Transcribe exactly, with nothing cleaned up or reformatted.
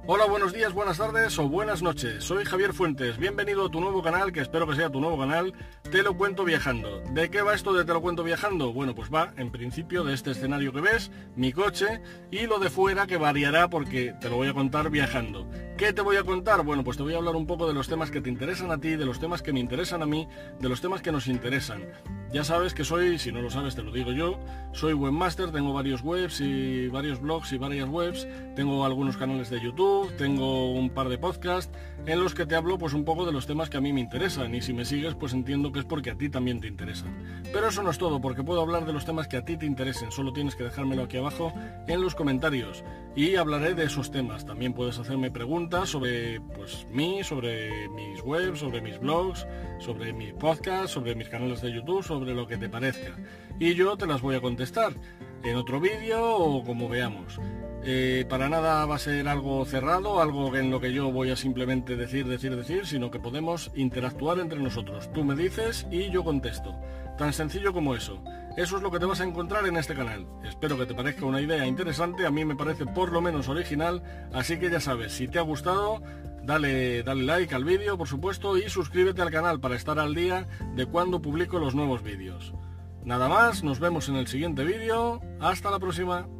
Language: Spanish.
Hola, buenos días, buenas tardes o buenas noches. Soy Javier Fuentes. Bienvenido a tu nuevo canal, que espero que sea tu nuevo canal, Te lo cuento viajando. ¿De qué va esto de Te lo cuento viajando? Bueno, pues va, en principio, de este escenario que ves, mi coche, y lo de fuera que variará porque te lo voy a contar viajando. ¿Qué te voy a contar? Bueno, pues te voy a hablar un poco de los temas que te interesan a ti, de los temas que me interesan a mí, de los temas que nos interesan. Ya sabes que soy, si no lo sabes te lo digo yo, soy webmaster, tengo varios webs y varios blogs y varias webs, tengo algunos canales de YouTube, tengo un par de podcasts en los que te hablo pues un poco de los temas que a mí me interesan, y si me sigues pues entiendo que es porque a ti también te interesan. Pero eso no es todo, porque puedo hablar de los temas que a ti te interesen, solo tienes que dejármelo aquí abajo en los comentarios y hablaré de esos temas. También puedes hacerme preguntas sobre pues mí, sobre mis webs, sobre mis blogs, sobre mis podcasts, sobre mis canales de YouTube, sobre lo que te parezca, y yo te las voy a contestar en otro vídeo o como veamos. Eh, para nada va a ser algo cerrado, algo en lo que yo voy a simplemente decir, decir, decir, sino que podemos interactuar entre nosotros. Tú me dices y yo contesto. Tan sencillo como eso. Eso es lo que te vas a encontrar en este canal. Espero que te parezca una idea interesante, a mí me parece por lo menos original, así que ya sabes, si te ha gustado, dale, dale like al vídeo, por supuesto, y suscríbete al canal para estar al día de cuando publico los nuevos vídeos. Nada más, nos vemos en el siguiente vídeo. Hasta la próxima.